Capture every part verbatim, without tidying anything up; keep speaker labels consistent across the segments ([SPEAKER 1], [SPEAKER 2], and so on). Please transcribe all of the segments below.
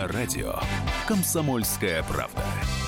[SPEAKER 1] На радио «Комсомольская правда».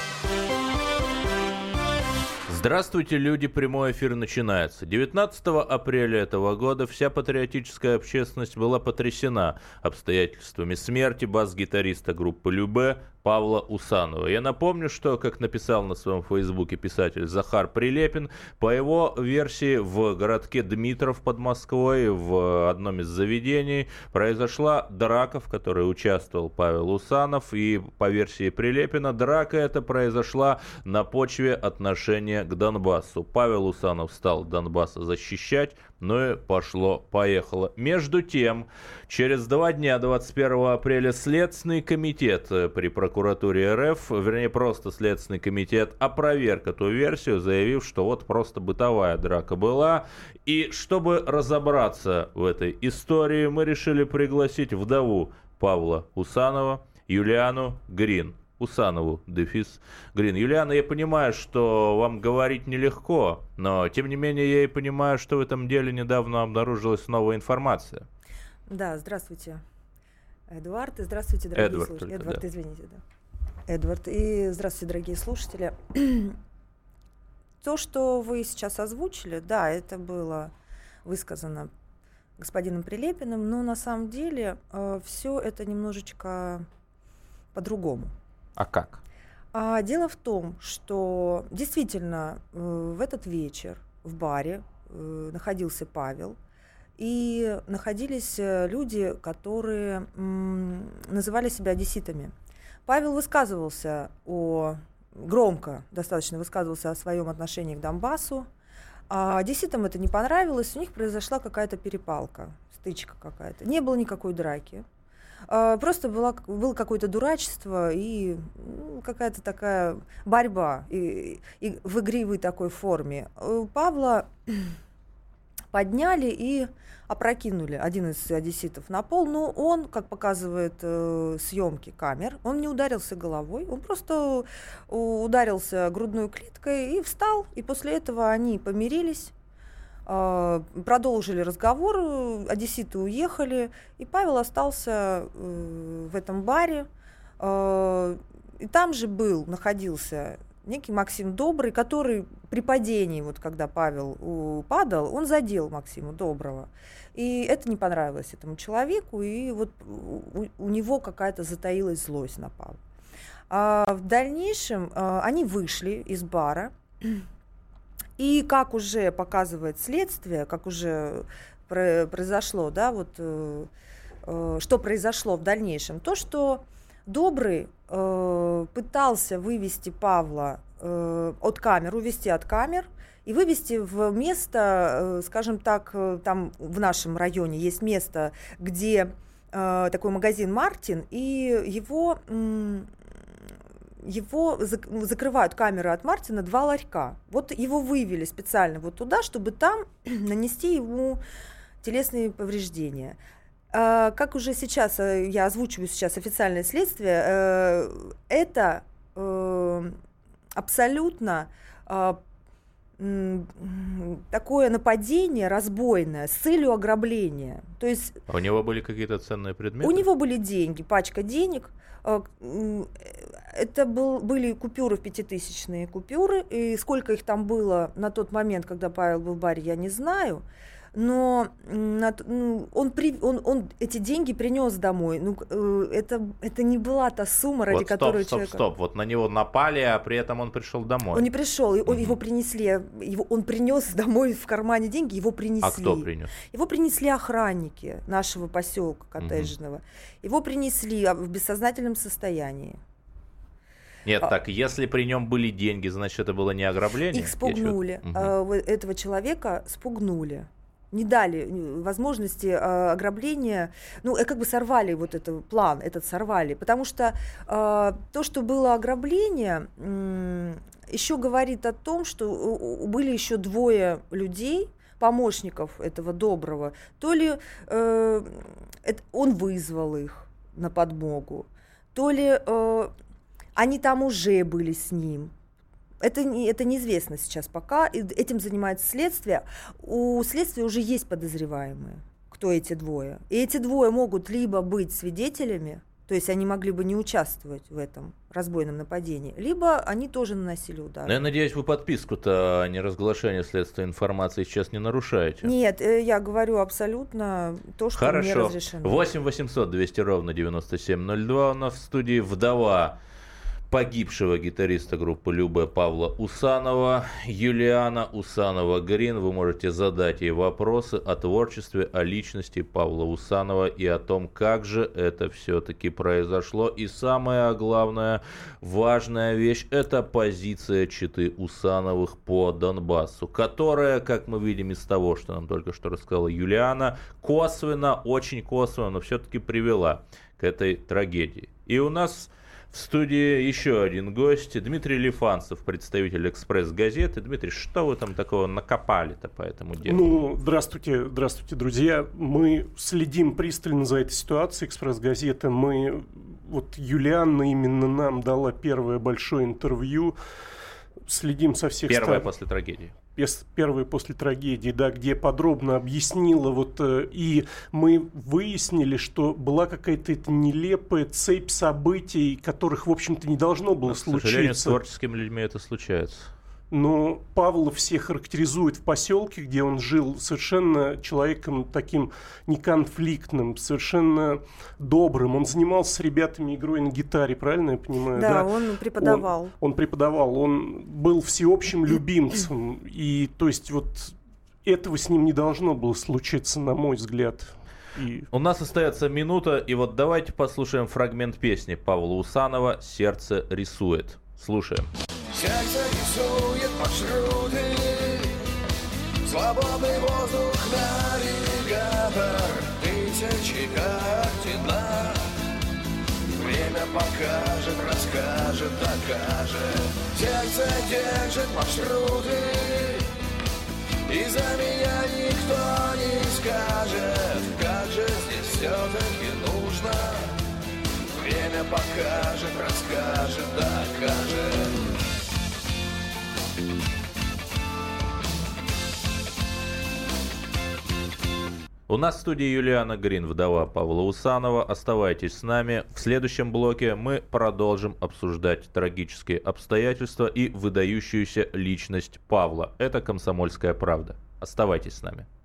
[SPEAKER 2] Здравствуйте, люди, прямой эфир начинается. девятнадцатого апреля этого года вся патриотическая общественность была потрясена обстоятельствами смерти бас-гитариста группы Любэ Павла Усанова. Я напомню, что, как написал на своем фейсбуке писатель Захар Прилепин, по его версии в городке Дмитров под Москвой в одном из заведений произошла драка, в которой участвовал Павел Усанов, и по версии Прилепина драка эта произошла на почве отношения к Донбассу. Павел Усанов стал Донбасса защищать, ну и пошло-поехало. Между тем, через два дня, двадцать первого апреля, Следственный комитет при прокуратуре РФ, вернее, просто Следственный комитет, опроверг эту версию, заявив, что вот просто бытовая драка была. И чтобы разобраться в этой истории, мы решили пригласить вдову Павла Усанова, Юлиану Грин. Усанову, дефис Грин. Юлиана, я понимаю, что вам говорить нелегко, но, тем не менее, я и понимаю, что в этом деле недавно обнаружилась новая информация.
[SPEAKER 3] Да, здравствуйте, Эдуард, и здравствуйте, дорогие
[SPEAKER 2] Эдвард
[SPEAKER 3] слушатели.
[SPEAKER 2] только,
[SPEAKER 3] Эдвард,
[SPEAKER 2] да.
[SPEAKER 3] извините, да. Эдвард, и здравствуйте, дорогие слушатели. То, что вы сейчас озвучили, да, это было высказано господином Прилепиным, но на самом деле э, все это немножечко по-другому.
[SPEAKER 2] А как?
[SPEAKER 3] А дело в том, что действительно э, в этот вечер в баре э, находился Павел, и находились люди, которые м, называли себя одесситами. Павел высказывался о, громко достаточно высказывался о своем отношении к Донбассу, а одесситам это не понравилось, у них произошла какая-то перепалка, стычка какая-то. Не было никакой драки. Просто было, было какое-то дурачество и какая-то такая борьба и, и в игривой такой форме. Павла подняли и опрокинули, один из одесситов, на пол, но он, как показывает э, съемки камер, он не ударился головой, он просто ударился грудной клеткой и встал, и после этого они помирились. Продолжили разговор, одесситы уехали, и Павел остался э, в этом баре. Э, и там же был, находился некий Максим Добрый, который при падении, вот когда Павел у, падал, он задел Максима Доброго. И это не понравилось этому человеку, и вот у, у него какая-то затаилась злость на Павла. А в дальнейшем э, они вышли из бара. И как уже показывает следствие, как уже произошло, да, вот э, э, что произошло в дальнейшем, то, что Добрый э, пытался вывести Павла э, от камер, увести от камер и вывести в место, э, скажем так, э, там в нашем районе есть место, где э, такой магазин «Мартин», и его... Э, Его закрывают камеры от Мартина два ларька. Вот его вывели специально вот туда, чтобы там нанести ему телесные повреждения. Как уже сейчас, я озвучиваю сейчас официальное следствие, это абсолютно такое нападение разбойное с целью ограбления. То есть,
[SPEAKER 2] а у него были какие-то ценные предметы?
[SPEAKER 3] У него были деньги, пачка денег. Это был, были купюры, пятитысячные купюры, и сколько их там было на тот момент, когда Павел был в баре, я не знаю, но он, при, он, он эти деньги принес домой. Ну, это, это не была та сумма, ради
[SPEAKER 2] вот стоп,
[SPEAKER 3] которой
[SPEAKER 2] стоп,
[SPEAKER 3] человек...
[SPEAKER 2] стоп, вот на него напали, а при этом он пришел домой.
[SPEAKER 3] Он не пришел, он,
[SPEAKER 2] mm-hmm.
[SPEAKER 3] его принесли, его, он принес домой в кармане деньги, его принесли.
[SPEAKER 2] А кто принес?
[SPEAKER 3] Его принесли охранники нашего поселка коттеджного. Mm-hmm. Его принесли в бессознательном состоянии.
[SPEAKER 2] Нет, а, так если при нем были деньги, значит, это было не ограбление?
[SPEAKER 3] Их спугнули. Угу. Этого человека спугнули. Не дали возможности ограбления, ну, как бы сорвали вот этот план, этот сорвали. Потому что то, что было ограбление, еще говорит о том, что были еще двое людей, помощников этого Доброго. То ли он вызвал их на подмогу, то ли... Они там уже были с ним. Это, не, это неизвестно сейчас пока. Этим занимается следствие. У следствия уже есть подозреваемые, кто эти двое. И эти двое могут либо быть свидетелями, то То есть они могли бы не участвовать в этом разбойном нападении, либо они тоже наносили удары.
[SPEAKER 2] Но я надеюсь, вы подписку-то о неразглашении следственной информации сейчас не нарушаете?
[SPEAKER 3] Нет, я говорю абсолютно то, что
[SPEAKER 2] Хорошо.
[SPEAKER 3] мне разрешено.
[SPEAKER 2] восемь восемьсот двести ровно девяносто семь ноль два. У нас в студии вдова погибшего гитариста группы Любэ Павла Усанова, Юлиана Усанова-Грин. Вы можете задать ей вопросы о творчестве, о личности Павла Усанова и о том, как же это все-таки произошло. И самая главная, важная вещь – это позиция четы Усановых по Донбассу, которая, как мы видим из того, что нам только что рассказала Юлиана, косвенно, очень косвенно, но все-таки привела к этой трагедии. И у нас в студии еще один гость, Дмитрий Лифанцев, представитель «Экспресс-газеты». Дмитрий, что вы там такого накопали-то по этому делу?
[SPEAKER 4] Ну, здравствуйте, здравствуйте, друзья. Мы следим пристально за этой ситуацией, «Экспресс-газета». Мы, вот Юлианна именно нам дала первое большое интервью. Следим со всех
[SPEAKER 2] Первое
[SPEAKER 4] сторон.
[SPEAKER 2] после трагедии.
[SPEAKER 4] Первое после трагедии, да, где подробно объяснила, вот, и мы выяснили, что была какая-то нелепая цепь событий, которых, в общем-то, не должно было
[SPEAKER 2] Но,
[SPEAKER 4] случиться.
[SPEAKER 2] К сожалению, с творческими людьми это случается.
[SPEAKER 4] Но Павла все характеризует в поселке, где он жил, совершенно человеком таким неконфликтным, совершенно добрым. Он занимался с ребятами игрой на гитаре, правильно я понимаю?
[SPEAKER 3] Да,
[SPEAKER 4] да?
[SPEAKER 3] он преподавал.
[SPEAKER 4] Он, он преподавал, он был всеобщим любимцем. И то есть вот этого с ним не должно было случиться, на мой взгляд. И...
[SPEAKER 2] У нас остается минута, и вот давайте послушаем фрагмент песни Павла Усанова «Сердце рисует». Слушаем.
[SPEAKER 5] Сердце рисует маршруты, свободный воздух, навигатор, тысячи координат. Время покажет, расскажет, докажет. Сердце держит маршруты, и за меня никто не скажет, как же здесь все-таки нужно. Время покажет, расскажет, докажет.
[SPEAKER 2] У нас в студии Юлиана Грин, вдова Павла Усанова. Оставайтесь с нами. В следующем блоке мы продолжим обсуждать трагические обстоятельства и выдающуюся личность Павла. Это «Комсомольская правда». Оставайтесь с нами.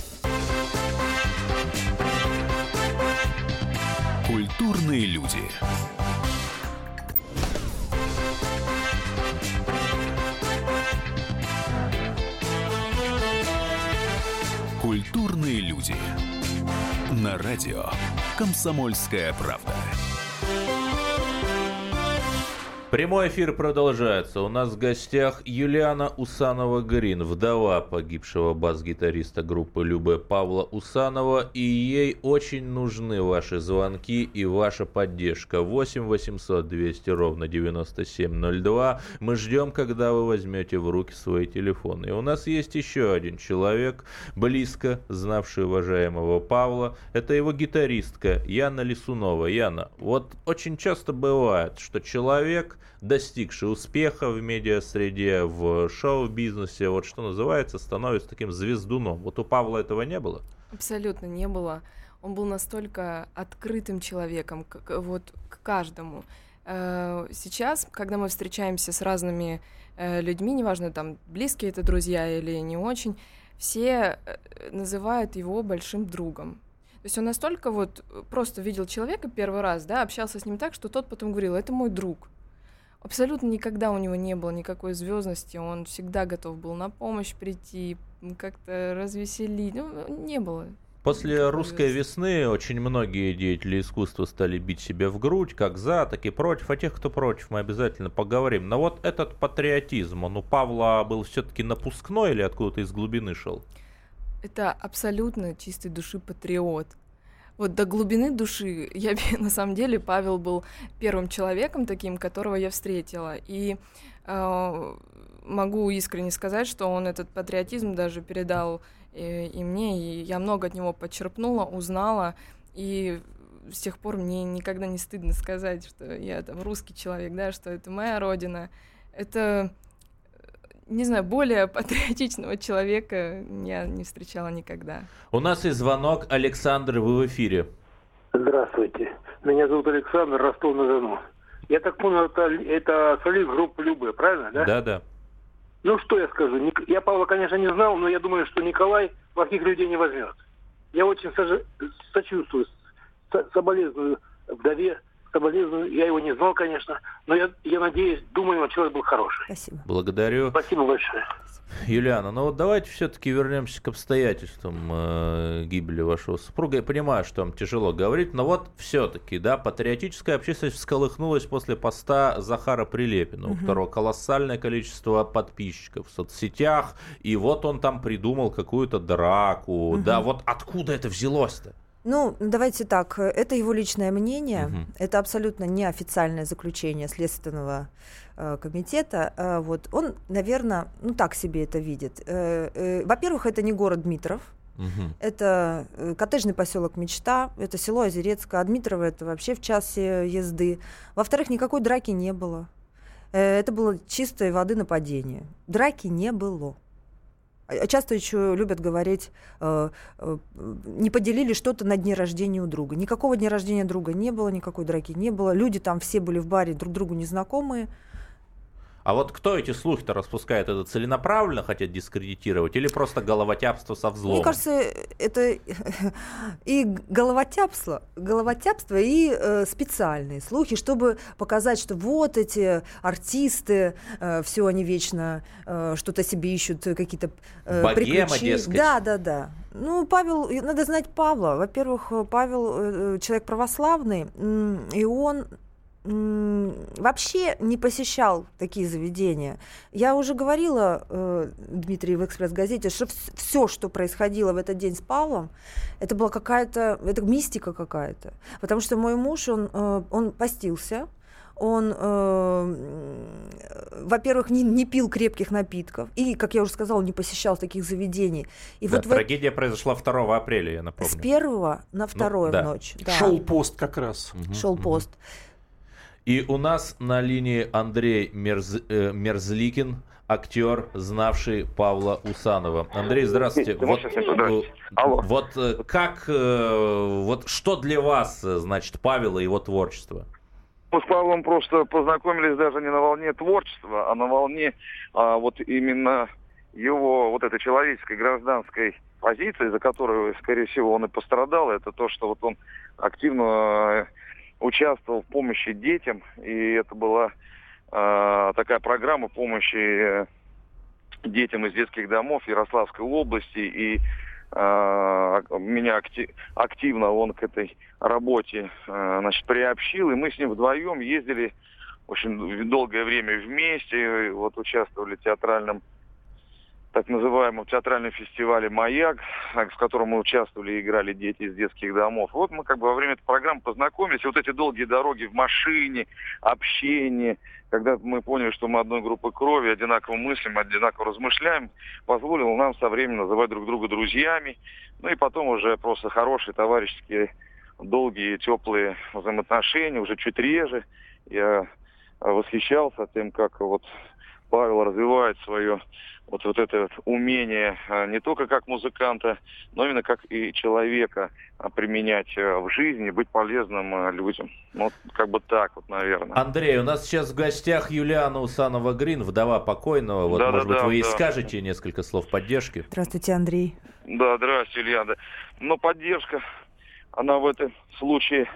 [SPEAKER 1] Культурные люди. Культурные люди. На радио «Комсомольская правда».
[SPEAKER 2] Прямой эфир продолжается. У нас в гостях Юлиана Усанова-Грин, вдова погибшего бас-гитариста группы Любэ Павла Усанова. И ей очень нужны ваши звонки и ваша поддержка. восемь восемьсот двести ровно девяносто семь ноль два. Мы ждем, когда вы возьмете в руки свои телефоны. И у нас есть еще один человек, близко знавший уважаемого Павла. Это его гитаристка Яна Лисунова. Яна, вот очень часто бывает, что человек, достигший успеха в медиасреде, в шоу-бизнесе, вот что называется, становится таким звездуном. Вот у Павла этого не было?
[SPEAKER 6] Абсолютно не было. Он был настолько открытым человеком, к, вот, к каждому. Сейчас, когда мы встречаемся с разными людьми, неважно, там, близкие это друзья или не очень, все называют его большим другом. То есть он настолько вот просто видел человека первый раз, да, общался с ним так, что тот потом говорил: это мой друг. Абсолютно никогда у него не было никакой звездности, он всегда готов был на помощь прийти, как-то развеселить, ну, не было.
[SPEAKER 2] После «Русской весны» очень многие деятели искусства стали бить себя в грудь, как за, так и против. О тех, кто против, мы обязательно поговорим. Но вот этот патриотизм, он у Павла был все-таки напускной или откуда-то из глубины шел?
[SPEAKER 6] Это абсолютно чистой души патриот. Вот до глубины души, я на самом деле, Павел был первым человеком таким, которого я встретила. И э, могу искренне сказать, что он этот патриотизм даже передал и, и мне, и я много от него почерпнула, узнала. И с тех пор мне никогда не стыдно сказать, что я там русский человек, да, что это моя родина. Это... Не знаю, более патриотичного человека я не встречала никогда.
[SPEAKER 2] У нас есть звонок. Александр, вы в эфире.
[SPEAKER 7] Здравствуйте. Меня зовут Александр, Ростов-на-Дону. Я так понял, это, это солист группы Любэ, правильно, да?
[SPEAKER 2] Да, да.
[SPEAKER 7] Ну, что я скажу? Ник- Я Павла, конечно, не знал, но я думаю, что Николай плохих людей не возьмет. Я очень сож... сочувствую, со- соболезную вдове, соболезную. Я его не знал, конечно, но я, я надеюсь, думаю, он человек был хороший.
[SPEAKER 3] Спасибо.
[SPEAKER 2] Благодарю.
[SPEAKER 7] Спасибо большое.
[SPEAKER 2] Юлиана, ну вот давайте все-таки вернемся к обстоятельствам э, гибели вашего супруга. Я понимаю, что вам тяжело говорить, но вот все-таки, да, патриотическая общественность всколыхнулась после поста Захара Прилепина, у
[SPEAKER 3] Мгм.
[SPEAKER 2] которого колоссальное количество подписчиков в соцсетях, и вот он там придумал какую-то драку,
[SPEAKER 3] Мгм.
[SPEAKER 2] да, вот откуда это взялось-то?
[SPEAKER 3] Ну, давайте так, это его личное мнение,
[SPEAKER 2] Мгм.
[SPEAKER 3] это абсолютно неофициальное заключение Следственного э, комитета. Э, вот он, наверное, ну так себе это видит. Э, э, во-первых, это не город Дмитров,
[SPEAKER 2] Мгм.
[SPEAKER 3] это э, коттеджный поселок Мечта, это село Озерецко, а Дмитрово это вообще в часе езды. Во-вторых, никакой драки не было. Э, это было чистой воды нападение. Драки не было. А часто еще любят говорить, э, э, не поделили что-то на дне рождения у друга. Никакого дня рождения друга не было, никакой драки не было. Люди там все были в баре друг другу незнакомые.
[SPEAKER 2] А вот кто эти слухи-то распускает? Это целенаправленно хотят дискредитировать или просто головотяпство со взломом?
[SPEAKER 3] Мне кажется, это и головотяпство, головотяпство и э, специальные слухи, чтобы показать, что вот эти артисты, э, все они вечно э, что-то себе ищут, какие-то э,
[SPEAKER 2] Богема,
[SPEAKER 3] приключения.
[SPEAKER 2] дескать.
[SPEAKER 3] Да, да, да. Ну, Павел, и надо знать Павла. Во-первых, Павел э, человек православный, м, и он м, вообще не посещал такие заведения. Я уже говорила, э, Дмитрий, в «Экспресс-газете», что все, что происходило в этот день с Павлом, это была какая-то, это мистика какая-то. Потому что мой муж, он, э, он постился, он, э, во-первых, не, не пил крепких напитков, и, как я уже сказала, не посещал таких заведений. И
[SPEAKER 2] Да,
[SPEAKER 3] вот в-
[SPEAKER 2] трагедия произошла второго апреля, я напомню.
[SPEAKER 3] с первого на второе
[SPEAKER 2] да.
[SPEAKER 3] в ночь. Да.
[SPEAKER 4] Шел пост как раз.
[SPEAKER 2] Мгм,
[SPEAKER 3] Шел
[SPEAKER 2] мгм.
[SPEAKER 3] пост.
[SPEAKER 2] И у нас на линии Андрей Мерз- э, Мерзликин, актер, знавший Павла Усанова. Андрей, здравствуйте. Вот,
[SPEAKER 8] Здравствуйте.
[SPEAKER 2] э,
[SPEAKER 8] Алло.
[SPEAKER 2] вот э, как, э, вот что для вас, э, значит, Павел и его творчество?
[SPEAKER 8] Мы с Павлом просто познакомились даже не на волне творчества, а на волне а, вот именно его вот этой человеческой гражданской позиции, за которую, скорее всего, он и пострадал. Это то, что вот он активно участвовал в помощи детям, и это была э, такая программа помощи детям из детских домов Ярославской области, и э, меня акти- активно он к этой работе э, значит, приобщил, и мы с ним вдвоем ездили очень долгое время вместе, вот участвовали в театральном, так называемом театральном фестивале «Маяк», в котором мы участвовали и играли дети из детских домов. Вот мы как бы во время этой программы познакомились. И вот эти долгие дороги в машине, общение, когда мы поняли, что мы одной группы крови, одинаково мыслим, одинаково размышляем, позволило нам со временем называть друг друга друзьями. Ну и потом уже просто хорошие товарищеские, долгие, теплые взаимоотношения, уже чуть реже. Я восхищался тем, как вот Павел развивает свое вот, вот это вот умение не только как музыканта, но именно как и человека применять в жизни, быть полезным людям. Вот как бы так вот, наверное.
[SPEAKER 2] Андрей, у нас сейчас в гостях Юлиана Усанова-Грин, вдова покойного. Вот,
[SPEAKER 8] Да,
[SPEAKER 2] может
[SPEAKER 8] да,
[SPEAKER 2] быть,
[SPEAKER 8] да,
[SPEAKER 2] вы ей
[SPEAKER 8] да.
[SPEAKER 2] скажете несколько слов поддержки?
[SPEAKER 3] Здравствуйте, Андрей.
[SPEAKER 8] Да, здравствуйте, Илья. Да. Но поддержка, она в этом случае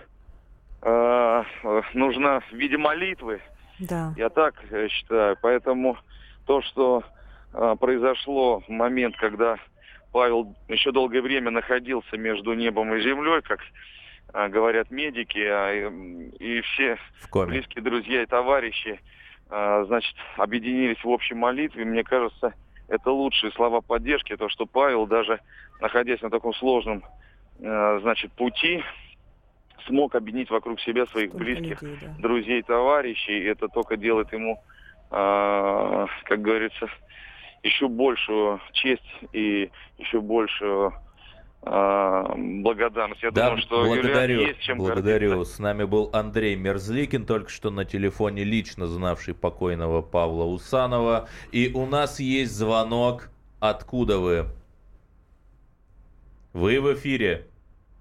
[SPEAKER 8] э, нужна в виде молитвы.
[SPEAKER 3] Да.
[SPEAKER 8] Я так э, считаю. Поэтому то, что э, произошло в момент, когда Павел еще долгое время находился между небом и землей, как э, говорят медики, а, и, и все
[SPEAKER 2] В коме.
[SPEAKER 8] близкие друзья и товарищи, э, значит, объединились в общей молитве. Мне кажется, это лучшие слова поддержки, то, что Павел, даже находясь на таком сложном, э, значит, пути, смог объединить вокруг себя своих
[SPEAKER 3] Столько
[SPEAKER 8] близких
[SPEAKER 3] людей, да.
[SPEAKER 8] друзей, товарищей. И это только делает ему, э, как говорится, еще большую честь и еще большую э, благодарность. Я
[SPEAKER 2] Да,
[SPEAKER 8] думаю, что
[SPEAKER 2] благодарю,
[SPEAKER 8] Юлиан есть чем
[SPEAKER 2] благодарю.
[SPEAKER 8] гордиться.
[SPEAKER 2] С нами был Андрей Мерзликин, только что на телефоне лично знавший покойного Павла Усанова. И у нас есть звонок. Откуда вы? Вы в эфире.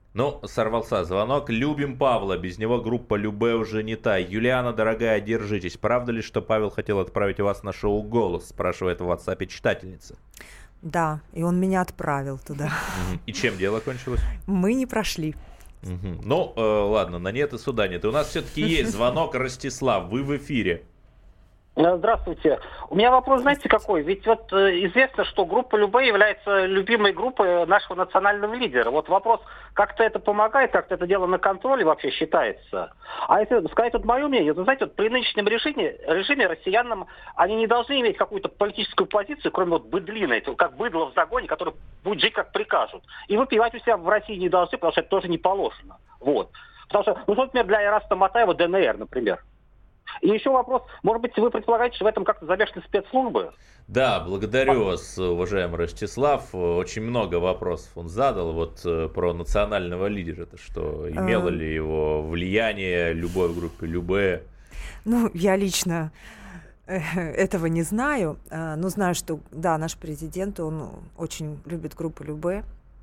[SPEAKER 2] Ну, сорвался звонок. Любим Павла, без него группа Любэ уже не та. Юлиана, дорогая, держитесь. Правда ли, что Павел хотел отправить вас на шоу «Голос», спрашивает в WhatsApp читательница.
[SPEAKER 3] Да, и он меня отправил туда.
[SPEAKER 2] И чем дело кончилось?
[SPEAKER 3] Мы не прошли.
[SPEAKER 2] Ну, э, ладно, на нет и суда нет. И у нас все-таки есть звонок. Ростислав, вы в эфире.
[SPEAKER 9] Здравствуйте. У меня вопрос, знаете, какой? Ведь вот э, известно, что группа Любэ является любимой группой нашего национального лидера. Вот вопрос, как-то это помогает, как-то это дело на контроле вообще считается. А если сказать вот мое мнение, то, знаете, вот при нынешнем режиме, режиме россиянам они не должны иметь какую-то политическую позицию, кроме вот быдлины, как быдло в загоне, который будет жить как прикажут. И выпивать у себя в России не должны, потому что это тоже не положено. Вот. Потому что, ну, например, для Эраста Матаева ДНР, например. И еще вопрос, может быть, вы предполагаете, что в этом как-то замешаны спецслужбы?
[SPEAKER 2] Да, благодарю вас, уважаемый Ростислав. Очень много вопросов он задал вот про национального лидера. Это что, имело ли его влияние любой в группе Любэ?
[SPEAKER 3] Ну, я лично этого не знаю, но знаю, что, да, наш президент, он очень любит группу Любэ.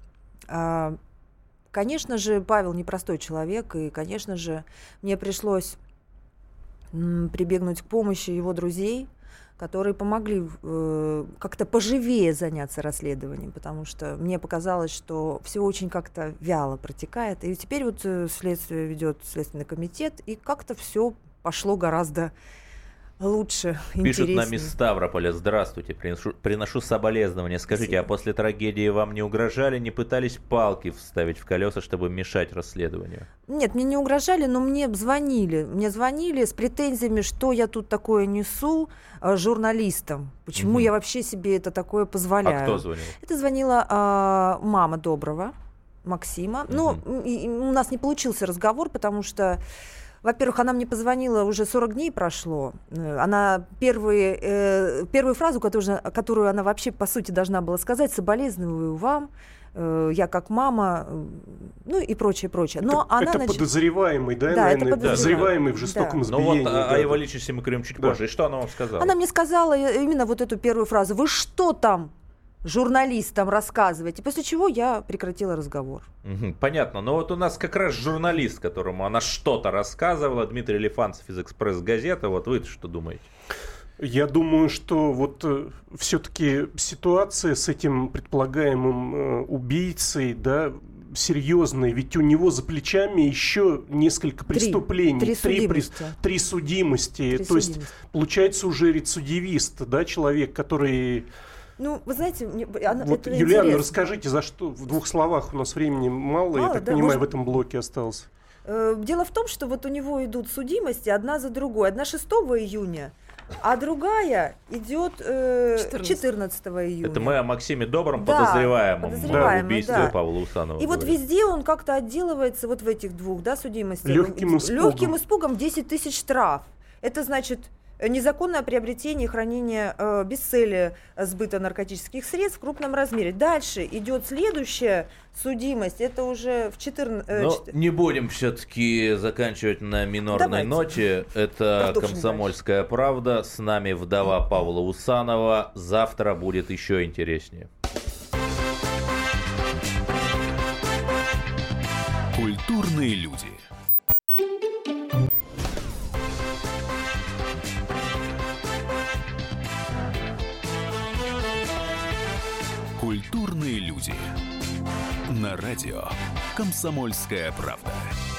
[SPEAKER 3] Конечно же, Павел непростой человек, и, конечно же, мне пришлось прибегнуть к помощи его друзей, которые помогли э, как-то поживее заняться расследованием, потому что мне показалось, что все очень как-то вяло протекает. И теперь вот следствие ведет Следственный комитет, и как-то все пошло гораздо лучше,
[SPEAKER 2] Пишут
[SPEAKER 3] интереснее.
[SPEAKER 2] нам из Ставрополя. Здравствуйте, приношу, приношу соболезнования. Скажите, Спасибо. А после трагедии вам не угрожали, не пытались палки вставить в колеса, чтобы мешать расследованию?
[SPEAKER 3] Нет, мне не угрожали, но мне звонили. Мне звонили с претензиями, что я тут такое несу э, журналистам. Почему угу. я вообще себе это такое позволяю.
[SPEAKER 2] А кто звонил?
[SPEAKER 3] Это звонила э, мама Доброго, Максима. Угу. Ну, и, и у нас не получился разговор, потому что во-первых, она мне позвонила, уже сорок дней прошло. Она первые, э, первую фразу, которую, которую она вообще, по сути, должна была сказать, соболезную вам, э, я как мама, ну и прочее, прочее. Но
[SPEAKER 4] это
[SPEAKER 3] она
[SPEAKER 4] это
[SPEAKER 3] нач...
[SPEAKER 4] подозреваемый, да,
[SPEAKER 3] да,
[SPEAKER 4] наверное,
[SPEAKER 3] это
[SPEAKER 4] подозреваемый в жестоком
[SPEAKER 3] да.
[SPEAKER 4] избиении.
[SPEAKER 2] Ну вот да, о его личности мы говорим чуть
[SPEAKER 4] да.
[SPEAKER 2] позже. И что она вам сказала?
[SPEAKER 3] Она мне сказала именно вот эту первую фразу. Вы что там журналистам рассказываете? После чего я прекратила разговор.
[SPEAKER 2] Угу, понятно. Но вот у нас как раз журналист, которому она что-то рассказывала, Дмитрий Лифанцев из «Экспресс-газеты». Вот вы что думаете?
[SPEAKER 4] Я думаю, что вот э, все-таки ситуация с этим предполагаемым э, убийцей, да, серьезная, ведь у него за плечами еще несколько
[SPEAKER 3] три.
[SPEAKER 4] преступлений,
[SPEAKER 3] Три, три
[SPEAKER 4] судимости.
[SPEAKER 3] Три,
[SPEAKER 4] три судимости.
[SPEAKER 3] Три
[SPEAKER 4] То есть
[SPEAKER 3] судимости.
[SPEAKER 4] Получается уже рецидивист, да, человек, который...
[SPEAKER 3] Ну, вы знаете, мне, она,
[SPEAKER 4] вот,
[SPEAKER 3] это
[SPEAKER 4] Юлиана,
[SPEAKER 3] интересно.
[SPEAKER 4] Расскажите, за что в двух словах, у нас времени мало,
[SPEAKER 3] мало
[SPEAKER 4] я так
[SPEAKER 3] да,
[SPEAKER 4] понимаю,
[SPEAKER 3] может...
[SPEAKER 4] в этом блоке осталось.
[SPEAKER 3] Дело в том, что вот у него идут судимости одна за другой. Одна шестого июня, а другая идет э, четырнадцатого июня.
[SPEAKER 2] Это мы о Максиме Добром,
[SPEAKER 3] да,
[SPEAKER 2] подозреваемом,
[SPEAKER 3] подозреваемом
[SPEAKER 2] в убийстве
[SPEAKER 3] да.
[SPEAKER 2] Павла Усанова.
[SPEAKER 3] И
[SPEAKER 2] говорит.
[SPEAKER 3] вот везде он как-то отделывается вот в этих двух, да, судимостях.
[SPEAKER 4] Легким испугом.
[SPEAKER 3] Легким испугом десять тысяч штраф. Это значит незаконное приобретение и хранение э, без цели сбыта наркотических средств в крупном размере. Дальше идет следующая судимость. Это уже в четырнадцатом... Э,
[SPEAKER 2] Но
[SPEAKER 3] четыр...
[SPEAKER 2] не будем все-таки заканчивать на минорной
[SPEAKER 3] Давайте.
[SPEAKER 2] ноте. Это
[SPEAKER 3] Продолжим
[SPEAKER 2] «Комсомольская правда». С нами вдова Павла Усанова. Завтра будет еще интереснее.
[SPEAKER 1] Культурные люди. Культурные люди. На радио «Комсомольская правда».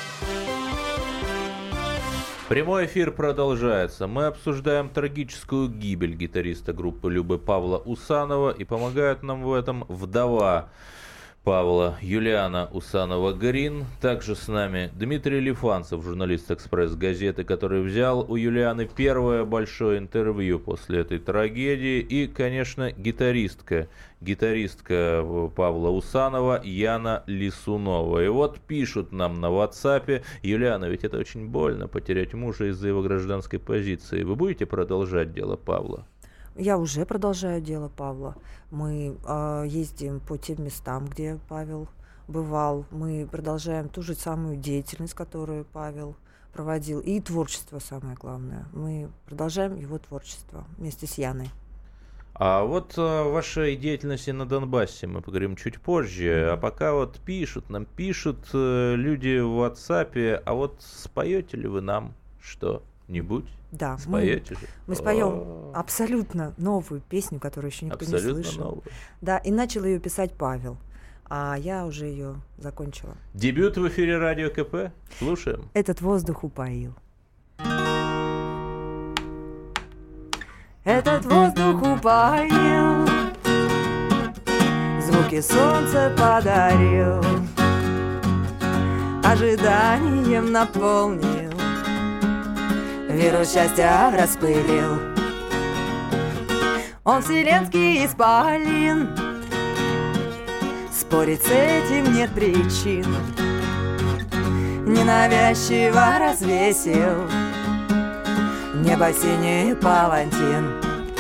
[SPEAKER 2] Прямой эфир продолжается. Мы обсуждаем трагическую гибель гитариста группы Любэ Павла Усанова. И помогает нам в этом вдова Павла Юлиана Усанова-Грин. Также с нами Дмитрий Лифанцев, журналист «Экспресс-газеты», который взял у Юлианы первое большое интервью после этой трагедии. И, конечно, гитаристка, гитаристка Павла Усанова Яна Лисунова. И вот пишут нам на WhatsApp: Юлиана, ведь это очень больно потерять мужа из-за его гражданской позиции. Вы будете продолжать дело Павла?
[SPEAKER 3] Я уже продолжаю дело Павла. Мы э, ездим по тем местам, где Павел бывал. Мы продолжаем ту же самую деятельность, которую Павел проводил. И творчество самое главное. Мы продолжаем его творчество вместе с Яной.
[SPEAKER 2] А вот о вашей деятельности на Донбассе мы поговорим чуть позже. А пока вот пишут, нам пишут люди в WhatsApp, а вот споете ли вы нам что-нибудь?
[SPEAKER 3] Да,
[SPEAKER 2] споете
[SPEAKER 3] мы,
[SPEAKER 2] же?
[SPEAKER 3] мы споем абсолютно новую песню, которую еще никто
[SPEAKER 2] абсолютно
[SPEAKER 3] не слышал.
[SPEAKER 2] Новую.
[SPEAKER 3] Да, и начал ее писать Павел, а я уже ее закончила.
[SPEAKER 2] Дебют в эфире Радио КП. Слушаем.
[SPEAKER 3] Этот воздух упоил. Этот воздух упоил, звуки солнца подарил, ожиданием наполнил, вирус счастья распылил. Он вселенский исполин, спорить с этим нет причин. Ненавязчиво развесил небо синий палантин.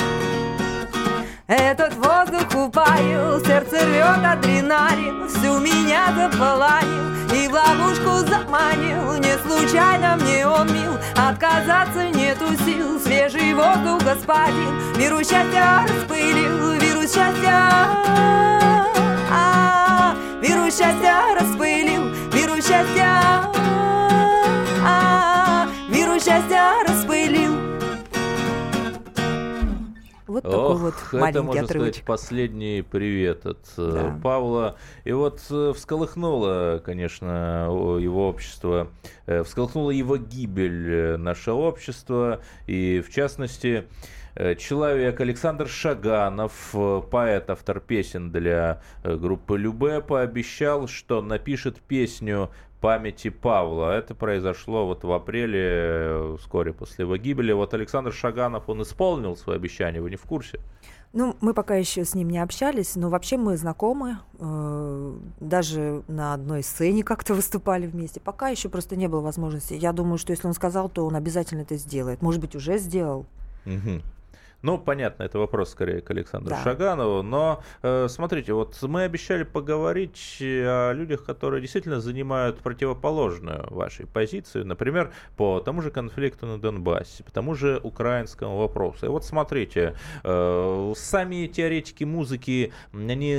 [SPEAKER 3] Этот воздух упоил, сердце рвет адреналин, всю меня заполонил и в ловушку заманил. Не случайно мне он мил, отказаться нету сил. Свежий воздух, господин, вирус счастья распылил, вирус счастья, вирус счастья распылил, вирус счастья, вирус счастья распылил. Вот такой
[SPEAKER 2] Ох,
[SPEAKER 3] вот
[SPEAKER 2] это,
[SPEAKER 3] маленький
[SPEAKER 2] можно
[SPEAKER 3] отрывочек.
[SPEAKER 2] сказать, последний привет от
[SPEAKER 3] Да.
[SPEAKER 2] Павла. И вот всколыхнуло, конечно, его общество, всколыхнула его гибель наше общество. И, в частности, человек Александр Шаганов, поэт, автор песен для группы Любэ, пообещал, что напишет песню памяти Павла. Это произошло вот в апреле, вскоре после его гибели. Вот Александр Шаганов, он исполнил свое обещание, вы не в курсе?
[SPEAKER 3] Ну, мы пока еще с ним не общались, но вообще мы знакомы, э, даже на одной сцене как-то выступали вместе. Пока еще просто не было возможности. Я думаю, что если он сказал, то он обязательно это сделает. Может быть, уже сделал.
[SPEAKER 2] Угу. Ну, понятно, это вопрос скорее к Александру
[SPEAKER 3] Да.
[SPEAKER 2] Шаганову, но э, смотрите, вот мы обещали поговорить о людях, которые действительно занимают противоположную вашей позицию, например, по тому же конфликту на Донбассе, по тому же украинскому вопросу. И вот смотрите, э, сами теоретики музыки, они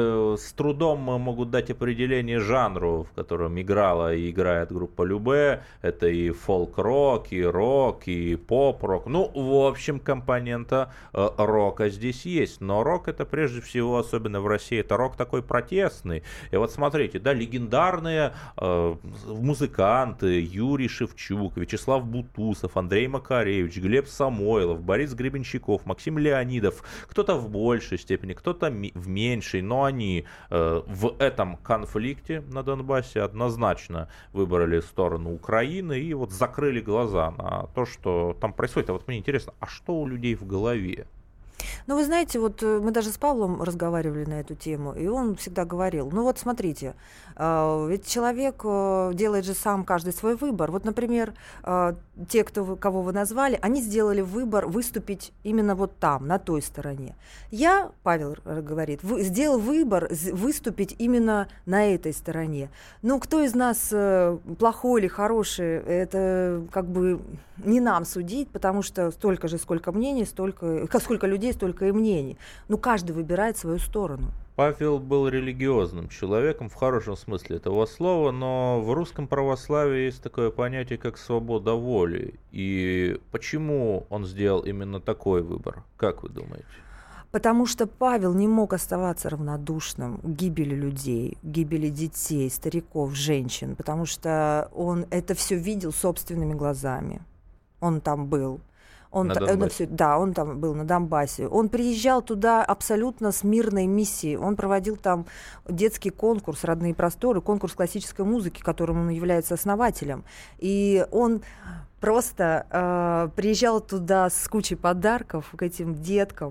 [SPEAKER 2] с трудом могут дать определение жанру, в котором играла и играет группа Любэ. Это и фолк-рок, и рок, и поп-рок. Ну, в общем, компонента рока здесь есть, но рок это прежде всего, особенно в России, это рок такой протестный. И вот смотрите, да, легендарные э, музыканты Юрий Шевчук, Вячеслав Бутусов, Андрей Макаревич, Глеб Самойлов, Борис Гребенщиков, Максим Леонидов, кто-то в большей степени, кто-то ми- в меньшей, но они э, в этом конфликте на Донбассе однозначно выбрали сторону Украины и вот закрыли глаза на то, что там происходит. А вот мне интересно, а что у людей в голове?
[SPEAKER 3] Ну, вы знаете, вот мы даже с Павлом разговаривали на эту тему, и он всегда говорил, ну вот смотрите, э, ведь человек э, делает же сам каждый свой выбор. Вот, например, э, те, кто вы, кого вы назвали, они сделали выбор выступить именно вот там, на той стороне. Я, Павел говорит, вы, сделал выбор выступить именно на этой стороне. Ну, кто из нас э, плохой или хороший, это как бы не нам судить, потому что столько же, сколько мнений, столько, сколько людей, столько и мнений. Ну, каждый выбирает свою сторону.
[SPEAKER 2] Павел был религиозным человеком в хорошем смысле этого слова, но в русском православии есть такое понятие, как свобода воли. И почему он сделал именно такой выбор? Как вы думаете?
[SPEAKER 3] Потому что Павел не мог оставаться равнодушным к гибели людей, к гибели детей, стариков, женщин, потому что он это все видел собственными глазами. Он там был. Он, та, он, все, да, он там был на Донбассе. Он приезжал туда абсолютно с мирной миссией. Он проводил там детский конкурс «Родные просторы», конкурс классической музыки, которым он является основателем. И он просто э, приезжал туда с кучей подарков к этим деткам.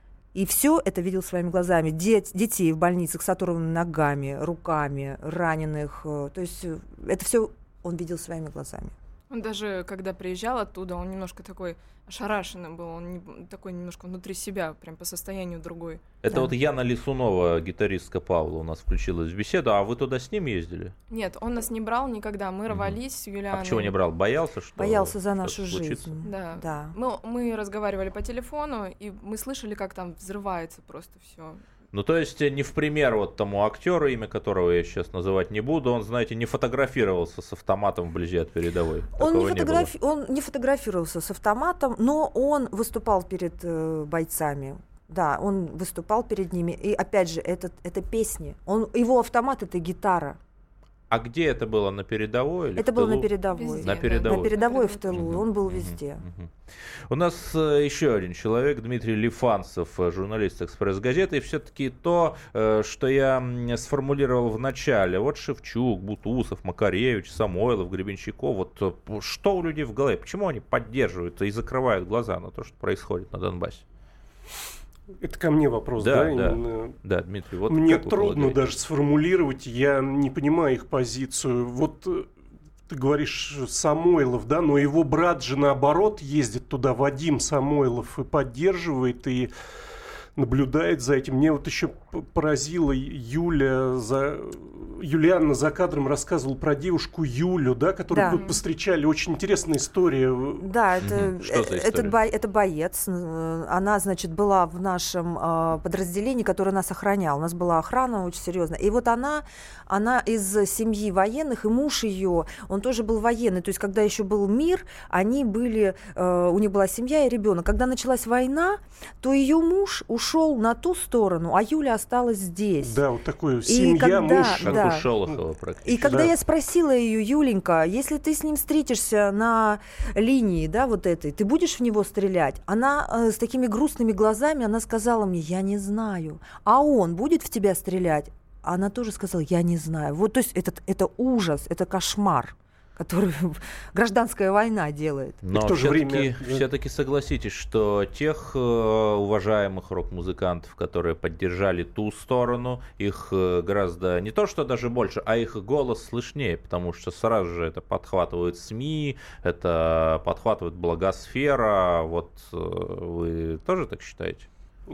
[SPEAKER 3] И все это видел своими глазами. Дет, детей в больницах с оторванными ногами, руками, раненых. То есть это все он видел своими глазами.
[SPEAKER 6] Он даже, когда приезжал оттуда, он немножко такой ошарашенный был, он не, такой немножко внутри себя, прям по состоянию другой.
[SPEAKER 2] Это
[SPEAKER 6] да.
[SPEAKER 2] вот Яна Лисунова, гитаристка Павла, у нас включилась в беседу. А вы туда с ним ездили?
[SPEAKER 6] Нет, он нас не брал никогда, мы рвались с Юлианой.
[SPEAKER 2] А почему не брал? Боялся, что
[SPEAKER 3] Боялся за нашу
[SPEAKER 2] случится?
[SPEAKER 3] жизнь.
[SPEAKER 6] Да.
[SPEAKER 3] да.
[SPEAKER 6] Мы, мы разговаривали по телефону, и мы слышали, как там взрывается просто все.
[SPEAKER 2] Ну, то есть, не в пример вот тому актеру, имя которого я сейчас называть не буду, он, знаете, не фотографировался с автоматом вблизи от передовой.
[SPEAKER 3] Он не,
[SPEAKER 2] не,
[SPEAKER 3] фотографи... он не фотографировался с автоматом, но он выступал перед э, бойцами. Да, он выступал перед ними. И опять же, это, это песни. Он, его автомат — это гитара.
[SPEAKER 2] А где это было? На передовой? Или
[SPEAKER 3] это
[SPEAKER 2] в
[SPEAKER 3] было
[SPEAKER 2] тылу?
[SPEAKER 3] на передовой.
[SPEAKER 6] Везде,
[SPEAKER 2] на передовой.
[SPEAKER 3] На передовой в
[SPEAKER 6] Передовой.
[SPEAKER 3] тылу.
[SPEAKER 2] Угу.
[SPEAKER 3] Он был
[SPEAKER 2] угу.
[SPEAKER 3] везде.
[SPEAKER 2] Угу. У нас э, еще один человек, Дмитрий Лифанцев, журналист «Экспресс-газеты». И все-таки то, э, что я м, сформулировал в начале. Вот Шевчук, Бутусов, Макаревич, Самойлов, Гребенщиков. Вот э, что у людей в голове? Почему они поддерживают и закрывают глаза на то, что происходит на Донбассе?
[SPEAKER 4] Это ко мне вопрос,
[SPEAKER 2] да?
[SPEAKER 4] да?
[SPEAKER 2] Да,
[SPEAKER 4] именно?
[SPEAKER 2] да, Дмитрий. Вот
[SPEAKER 4] Мне
[SPEAKER 2] как вы
[SPEAKER 4] трудно
[SPEAKER 2] полагаете?
[SPEAKER 4] даже сформулировать, я не понимаю их позицию. Вот э, ты говоришь Самойлов, да, но его брат же наоборот ездит туда, Вадим Самойлов, и поддерживает, и наблюдает за этим. Мне вот еще поразило, Юля, за... Юлианна за кадром рассказывала про девушку Юлю, да, которую
[SPEAKER 3] Да.
[SPEAKER 4] тут повстречали. Очень интересная история.
[SPEAKER 3] Да, это,
[SPEAKER 2] Мгм. Что за
[SPEAKER 3] э, это,
[SPEAKER 2] история?
[SPEAKER 3] бо- это боец. Э, Она, значит, была в нашем э, подразделении, которое нас охранял. У нас была охрана очень серьезная. И вот она, она из семьи военных, и муж ее, он тоже был военный. То есть, когда еще был мир, они были, э, у них была семья и ребенок. Когда началась война, то ее муж ушел на ту сторону, а Юля осталась здесь.
[SPEAKER 4] Да, вот такое семья,
[SPEAKER 3] когда-
[SPEAKER 4] муж.
[SPEAKER 2] Как
[SPEAKER 3] да.
[SPEAKER 2] у Шолохова практически.
[SPEAKER 3] И когда
[SPEAKER 4] Да.
[SPEAKER 3] я спросила ее: Юленька, если ты с ним встретишься на линии, да, вот этой, ты будешь в него стрелять? Она э, с такими грустными глазами, она сказала мне: я не знаю. А он будет в тебя стрелять? Она тоже сказала: я не знаю. Вот, то есть это, это ужас, это кошмар, который гражданская война делает.
[SPEAKER 2] Но
[SPEAKER 4] в то же
[SPEAKER 2] все-таки,
[SPEAKER 4] время, да.
[SPEAKER 2] все-таки согласитесь, что тех э, уважаемых рок-музыкантов, которые поддержали ту сторону, их э, гораздо не то что даже больше, а их голос слышнее, потому что сразу же это подхватывают СМИ, это подхватывает благосфера. Вот э, вы тоже так считаете?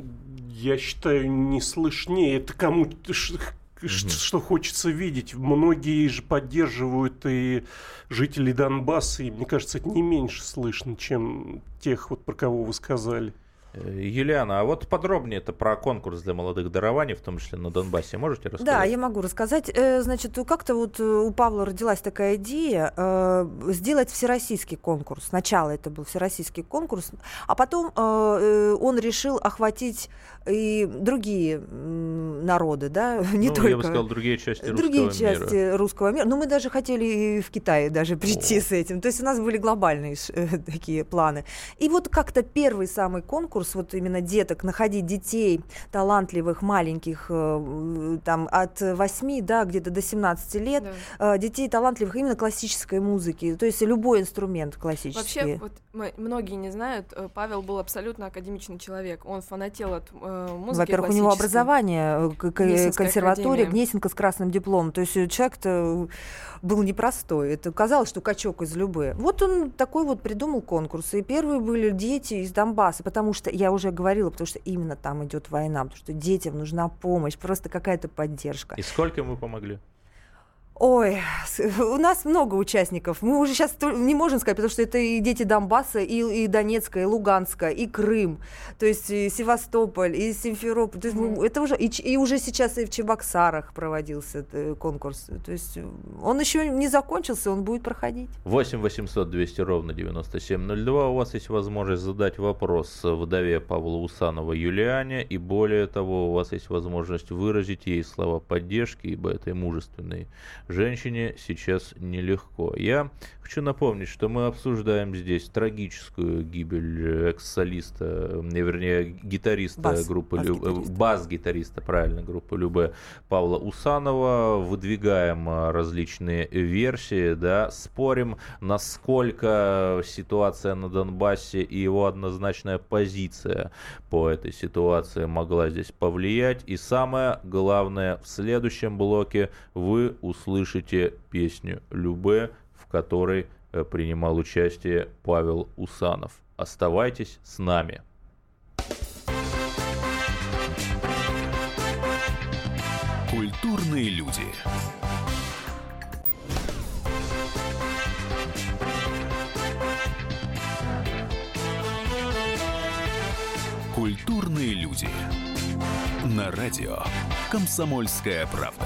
[SPEAKER 4] Я считаю, не слышнее. Это кому ш- ш- что хочется видеть. Многие же поддерживают и жителей Донбасса, и мне кажется, это не меньше слышно, чем тех, вот про кого вы сказали.
[SPEAKER 2] Э, Юлиана, а вот подробнее это про конкурс для молодых дарований, в том числе на Донбассе, можете рассказать?
[SPEAKER 3] Да, я могу рассказать. Э, Значит, как-то вот э, у Павла родилась такая идея э, сделать всероссийский конкурс. Сначала это был всероссийский конкурс, а потом э, э, он решил охватить и другие м, народы, да, не
[SPEAKER 2] ну,
[SPEAKER 3] только...
[SPEAKER 2] я бы сказал, другие части
[SPEAKER 3] Другие
[SPEAKER 2] русского мира.
[SPEAKER 3] части русского мира. Но мы даже хотели и в Китае даже прийти
[SPEAKER 2] О.
[SPEAKER 3] с этим. То есть у нас были глобальные ш- э, такие планы. И вот как-то первый самый конкурс, вот именно деток, находить детей талантливых, маленьких, э, там от восьми, да, где-то до семнадцати лет,
[SPEAKER 6] Да.
[SPEAKER 3] э, детей талантливых именно классической музыки, то есть любой инструмент классический.
[SPEAKER 6] Вообще, вот мы- многие не знают, э, Павел был абсолютно академичный человек. Он фанател от э, музыки
[SPEAKER 3] Во-первых, у него
[SPEAKER 6] классической.
[SPEAKER 3] образование, к- к-
[SPEAKER 6] Гнесинская
[SPEAKER 3] консерватория,
[SPEAKER 6] академия.
[SPEAKER 3] Гнесинка с красным дипломом. То есть э, человек-то был непростой. Это казалось, что качок из Любе. Вот он такой вот придумал конкурс. И первые были дети из Донбасса, потому что, я уже говорила, потому что именно там идет война, потому что детям нужна помощь, просто какая-то поддержка.
[SPEAKER 2] И сколько мы помогли?
[SPEAKER 3] Ой, с- у нас много участников. Мы уже сейчас не можем сказать, потому что это и дети Донбасса, и, и Донецка, и Луганска, и Крым, то есть и Севастополь, и Симферополь. То есть мы- это уже, и, Ч- и уже сейчас и в Чебоксарах проводился э, конкурс. То есть он еще не закончился, он будет проходить.
[SPEAKER 2] восемь восемьсот двести ровно девяносто семь ноль два. У вас есть возможность задать вопрос вдове Павла Усанова Юлиане. И более того, у вас есть возможность выразить ей слова поддержки, ибо этой мужественной женщине сейчас нелегко. Я хочу напомнить, что мы обсуждаем здесь трагическую гибель экс-солиста, э, вернее, гитариста
[SPEAKER 3] Бас,
[SPEAKER 2] группы
[SPEAKER 3] бас-гитариста.
[SPEAKER 2] Любе, бас-гитариста, правильно, группы Любе Павла Усанова. Выдвигаем а, различные версии, да, спорим, насколько ситуация на Донбассе и его однозначная позиция по этой ситуации могла здесь повлиять. И самое главное, в следующем блоке вы услышите песню Любе, в которой принимал участие Павел Усанов. Оставайтесь с нами.
[SPEAKER 1] Культурные люди. Культурные люди. На радио «Комсомольская правда».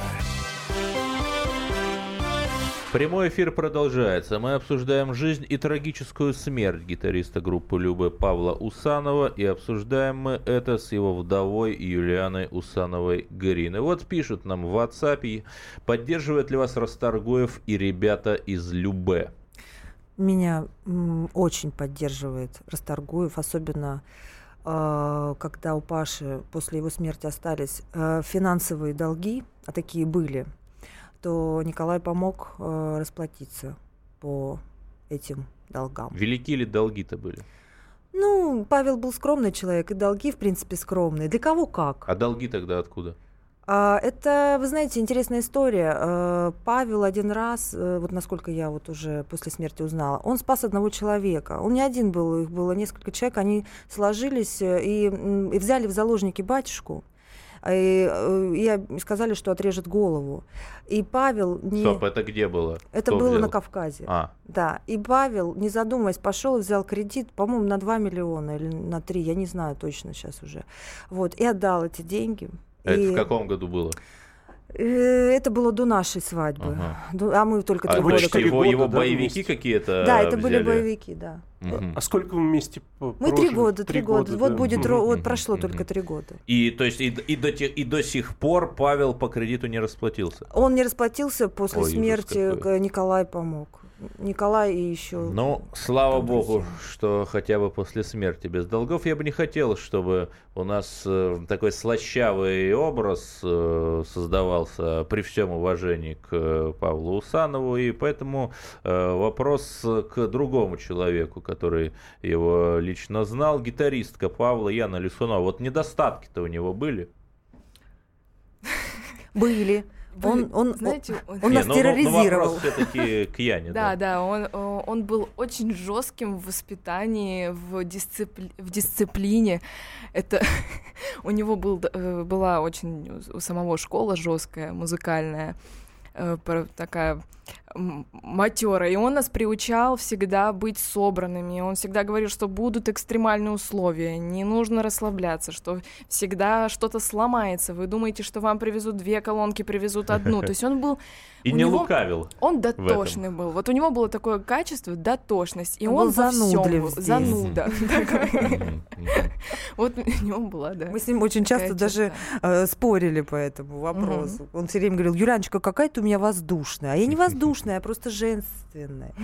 [SPEAKER 2] Прямой эфир продолжается. Мы обсуждаем жизнь и трагическую смерть гитариста группы Любэ Павла Усанова. И обсуждаем мы это с его вдовой Юлианой Усановой-Грин. И вот пишут нам в WhatsApp: поддерживает ли вас Расторгуев и ребята из Любэ?
[SPEAKER 3] Меня м, очень поддерживает Расторгуев, особенно э, когда у Паши после его смерти остались э, финансовые долги, а такие были, то Николай помог э, расплатиться по этим долгам.
[SPEAKER 2] Велики ли долги-то были?
[SPEAKER 3] Ну, Павел был скромный человек, и долги, в принципе, скромные. Для кого как?
[SPEAKER 2] А долги тогда откуда?
[SPEAKER 3] А, это, вы знаете, интересная история. А, Павел один раз, вот насколько я вот уже после смерти узнала, он спас одного человека. Он не один был, их было несколько человек. Они сложились и, и взяли в заложники батюшку. И, и сказали, что отрежет голову. И Павел... Не...
[SPEAKER 2] Стоп, это где было?
[SPEAKER 3] Это
[SPEAKER 2] Кто
[SPEAKER 3] было
[SPEAKER 2] взял?
[SPEAKER 3] на Кавказе.
[SPEAKER 2] А.
[SPEAKER 3] Да. И Павел, не задумываясь, пошел и взял кредит, по-моему, на два миллиона или на три, я не знаю точно сейчас уже. Вот. И отдал эти деньги.
[SPEAKER 2] Это
[SPEAKER 3] и...
[SPEAKER 2] в каком году было?
[SPEAKER 3] Это было до нашей свадьбы. Ага. А мы только три
[SPEAKER 2] а
[SPEAKER 3] года.
[SPEAKER 2] Почти его,
[SPEAKER 4] года,
[SPEAKER 2] его
[SPEAKER 4] да,
[SPEAKER 2] боевики
[SPEAKER 4] вместе?
[SPEAKER 2] какие-то
[SPEAKER 3] Да, это
[SPEAKER 2] взяли?
[SPEAKER 3] были боевики, да.
[SPEAKER 2] Угу.
[SPEAKER 4] А сколько вы вместе
[SPEAKER 3] Мы
[SPEAKER 4] прожили?
[SPEAKER 3] три года, три года.
[SPEAKER 4] года,
[SPEAKER 3] Вот
[SPEAKER 4] да.
[SPEAKER 3] будет,
[SPEAKER 4] Угу.
[SPEAKER 3] вот прошло только три года.
[SPEAKER 2] И, то есть, и, и, до, те- и до сих пор Павел по кредиту не расплатился?
[SPEAKER 3] Он не расплатился, после
[SPEAKER 2] Ой, ужас
[SPEAKER 3] смерти
[SPEAKER 2] какой.
[SPEAKER 3] Николай помог. Николай и еще...
[SPEAKER 2] Ну, слава
[SPEAKER 3] там
[SPEAKER 2] богу,
[SPEAKER 3] друзья.
[SPEAKER 2] что хотя бы после смерти без долгов. Я бы не хотел, чтобы у нас э, такой слащавый образ э, создавался при всем уважении к э, Павлу Усанову. И поэтому э, вопрос к другому человеку, который его лично знал. Гитаристка Павла Яна Лисунова. Вот недостатки-то у него были?
[SPEAKER 3] Были.
[SPEAKER 6] Вы
[SPEAKER 3] Он, он,
[SPEAKER 6] знаете,
[SPEAKER 3] он,
[SPEAKER 6] он-
[SPEAKER 3] он
[SPEAKER 2] Не,
[SPEAKER 3] нас
[SPEAKER 2] ну, ну, ну,
[SPEAKER 3] терроризировал.
[SPEAKER 2] вопрос все-таки к Яне.
[SPEAKER 6] Да, да, он, э, он был очень жестким в воспитании, в, дисципли- в дисциплине. Это у него был, э, была очень у самого школа жесткая, музыкальная, э, про- такая м- матёрая. И он нас приучал всегда быть собранными. Он всегда говорил, что будут экстремальные условия, не нужно расслабляться, что всегда что-то сломается. Вы думаете, что вам привезут две колонки, привезут одну. То есть он был...
[SPEAKER 2] И
[SPEAKER 6] у
[SPEAKER 2] не
[SPEAKER 6] него-
[SPEAKER 2] лукавил.
[SPEAKER 6] Он дотошный был. Вот у него было такое качество — дотошность. И
[SPEAKER 3] Он
[SPEAKER 6] он
[SPEAKER 3] был
[SPEAKER 6] во всем
[SPEAKER 3] занудлив
[SPEAKER 6] был.
[SPEAKER 3] здесь.
[SPEAKER 6] Зануда.
[SPEAKER 2] Мгм, мгм.
[SPEAKER 6] Вот у него была, да.
[SPEAKER 3] Мы с ним очень часто
[SPEAKER 6] такая
[SPEAKER 3] даже
[SPEAKER 6] черта.
[SPEAKER 3] э, спорили по этому вопросу. Он все время говорил: Юляночка, какая ты у меня воздушная. А я не воздушная, а просто женственная.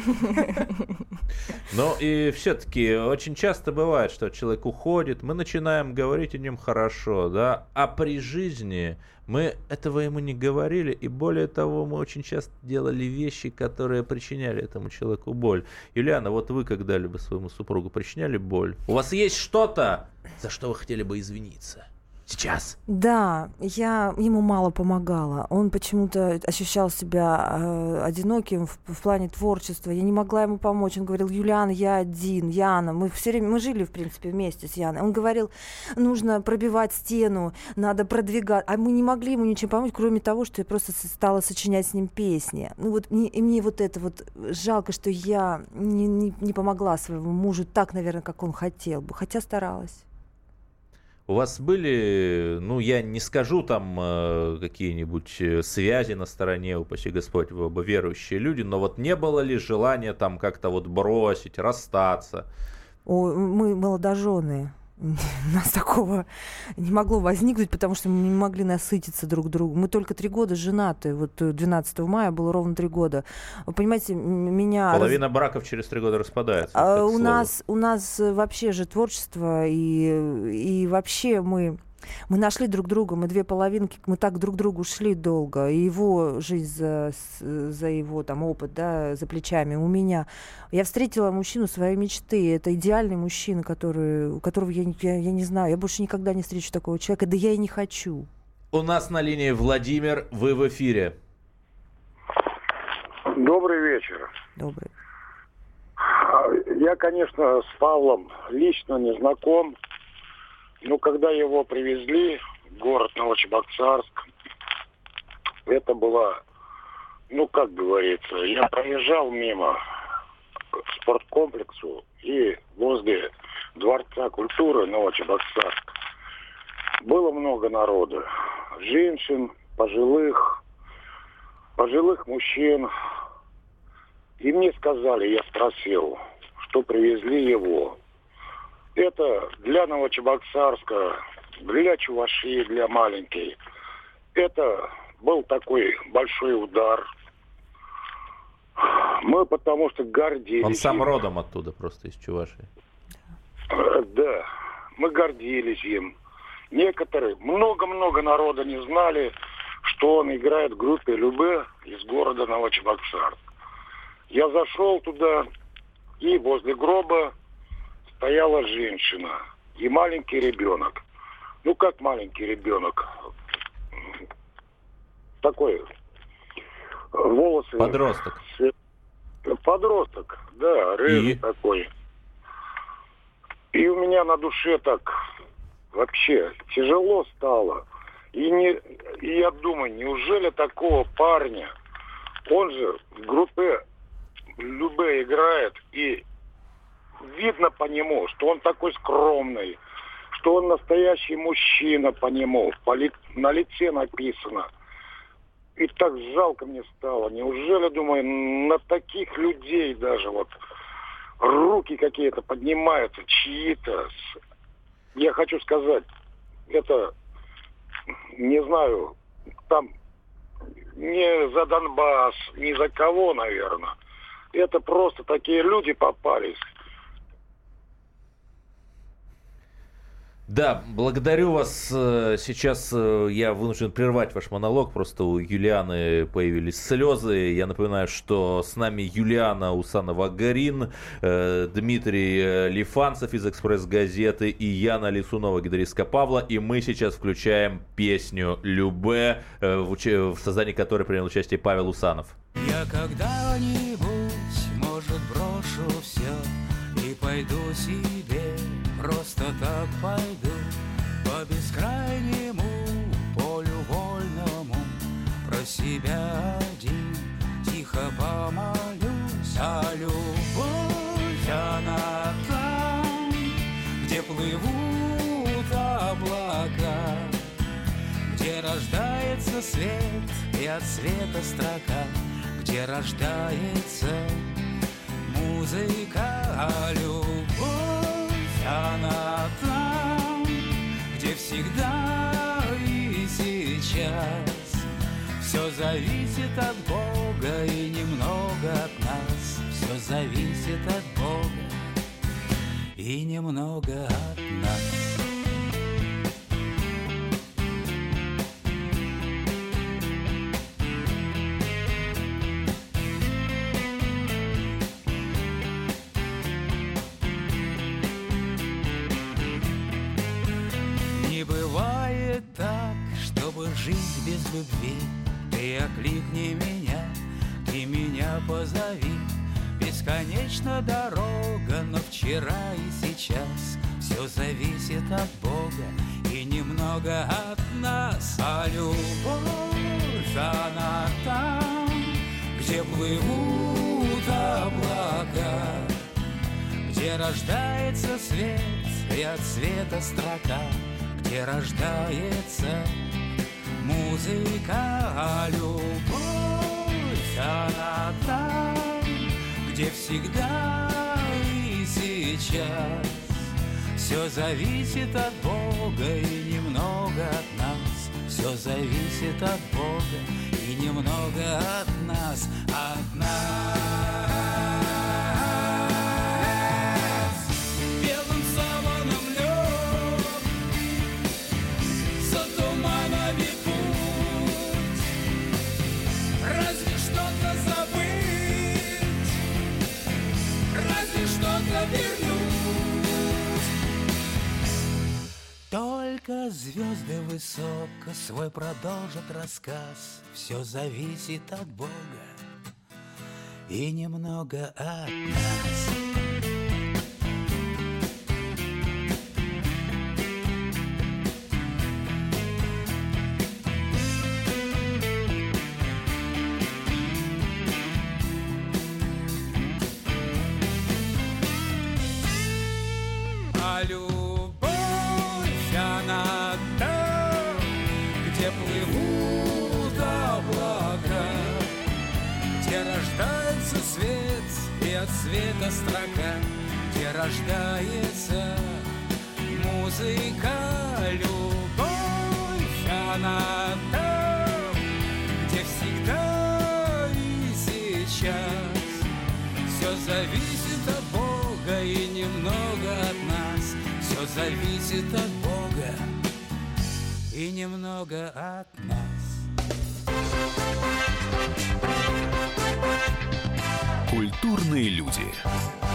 [SPEAKER 2] Ну и все-таки очень часто бывает, что человек уходит, мы начинаем говорить о нем хорошо, да, а при жизни мы этого ему не говорили, и более того, мы очень часто делали вещи, которые причиняли этому человеку боль. Юлиана, вот вы когда-либо своему супругу причиняли боль? У вас есть что-то, за что вы хотели бы извиниться? Сейчас.
[SPEAKER 3] Да, я ему мало помогала. Он почему-то ощущал себя э, одиноким в, в плане творчества. Я не могла ему помочь. Он говорил: Юлиан, я один, Яна. Мы все время, мы жили, в принципе, вместе с Яной. Он говорил: нужно пробивать стену, надо продвигать. А мы не могли ему ничем помочь, кроме того, что я просто стала сочинять с ним песни. Ну вот мне, и мне вот это вот жалко, что я не, не, не помогла своему мужу так, наверное, как он хотел бы, хотя старалась.
[SPEAKER 2] У вас были, ну, я не скажу там э, какие-нибудь э, связи на стороне, упаси Господь, вы оба верующие люди, но вот не было ли желания там как-то вот бросить, расстаться?
[SPEAKER 3] О, мы молодожены. У нас такого не могло возникнуть, потому что мы не могли насытиться друг другу. Мы только три года женаты. Вот двенадцатого мая было ровно три года. Вы понимаете, м- меня...
[SPEAKER 2] Половина
[SPEAKER 3] раз-
[SPEAKER 2] браков через три года распадается.
[SPEAKER 3] А,
[SPEAKER 2] вот это
[SPEAKER 3] у,
[SPEAKER 2] слово.
[SPEAKER 3] нас, у нас вообще же творчество, и, и вообще мы... Мы нашли друг друга, мы две половинки, мы так друг к другу шли долго. И его жизнь за, с- за его там, опыт, да, за плечами. У меня. Я встретила мужчину своей мечты. Это идеальный мужчина, который, у которого я, не- я, я не знаю. Я больше никогда не встречу такого человека. Да я и не хочу.
[SPEAKER 2] У нас на линии Владимир, вы в эфире.
[SPEAKER 10] Добрый вечер.
[SPEAKER 3] Добрый.
[SPEAKER 10] Я, конечно, с Павлом лично не знаком, но когда его привезли в город Новочебоксарск, это была, ну, как говорится, я проезжал мимо спорткомплексу и возле Дворца культуры Новочебоксарск. Было много народа, женщин, пожилых, пожилых мужчин. И мне сказали, я спросил, что привезли его. Это для Новочебоксарска, для Чувашии, для маленькой. Это был такой большой удар. Мы потому что гордились.
[SPEAKER 2] Он сам родом оттуда, просто из Чувашии.
[SPEAKER 10] Да, мы гордились им. Некоторые, много-много народа не знали, что он играет в группе Любэ из города Новочебоксарск. Я зашел туда, и возле гроба стояла женщина и маленький ребенок. Ну, как маленький ребенок? Такой, волосы...
[SPEAKER 2] Подросток.
[SPEAKER 10] Подросток, да, рыжий
[SPEAKER 2] и?
[SPEAKER 10] такой. И у меня на душе так вообще тяжело стало. И, не, и я думаю, неужели такого парня, он же в группе Любэ играет, и видно по нему, что он такой скромный, что он настоящий мужчина по нему, по ли, на лице написано. И так жалко мне стало. Неужели, думаю, на таких людей даже вот руки какие-то поднимаются, чьи-то. Я хочу сказать, это, не знаю, там не за Донбасс, не за кого, наверное. Это просто такие люди попались.
[SPEAKER 2] Да, благодарю вас. Сейчас я вынужден прервать ваш монолог. Просто у Юлианы появились слезы. Я напоминаю, что с нами Юлиана Усанова-Гарин, Дмитрий Лифанцев из «Экспресс-газеты» и Яна Лисунова, гитаристка Павла. И мы сейчас включаем песню «Любэ», в создании которой принял участие Павел Усанов.
[SPEAKER 11] Я когда-нибудь, может, брошу все и пойду себе, просто так пойду по бескрайнему полю вольному, про себя один тихо помолюсь. А любовь, она там, где плывут облака, где рождается свет и от света строка, где рождается музыка. А любовь, она там, где всегда и сейчас. Все зависит от Бога и немного от нас. Все зависит от Бога и немного от нас. Жить без любви, ты окликни меня, ты меня позови. Бесконечна дорога, но вчера и сейчас. Все зависит от Бога и немного от нас. А любовь, она там, где плывут облака, где рождается свет и от света строка, где рождается музыка. А любовь, она там, где всегда и сейчас. Все зависит от Бога и немного от нас. Все зависит от Бога и немного от нас. От нас. Белым саваном лёг, за туманами путь. Разве что-то забыть, разве что-то вернуть. Только звезды высоко свой продолжат рассказ. Все зависит от Бога и немного от нас. где плывут облака, где рождается свет и от света строка, где рождается музыка, любовь, она там, где всегда и сейчас. Все зависит от Бога и немного от нас. Все зависит от Бога и немного от нас.
[SPEAKER 1] Культурные люди.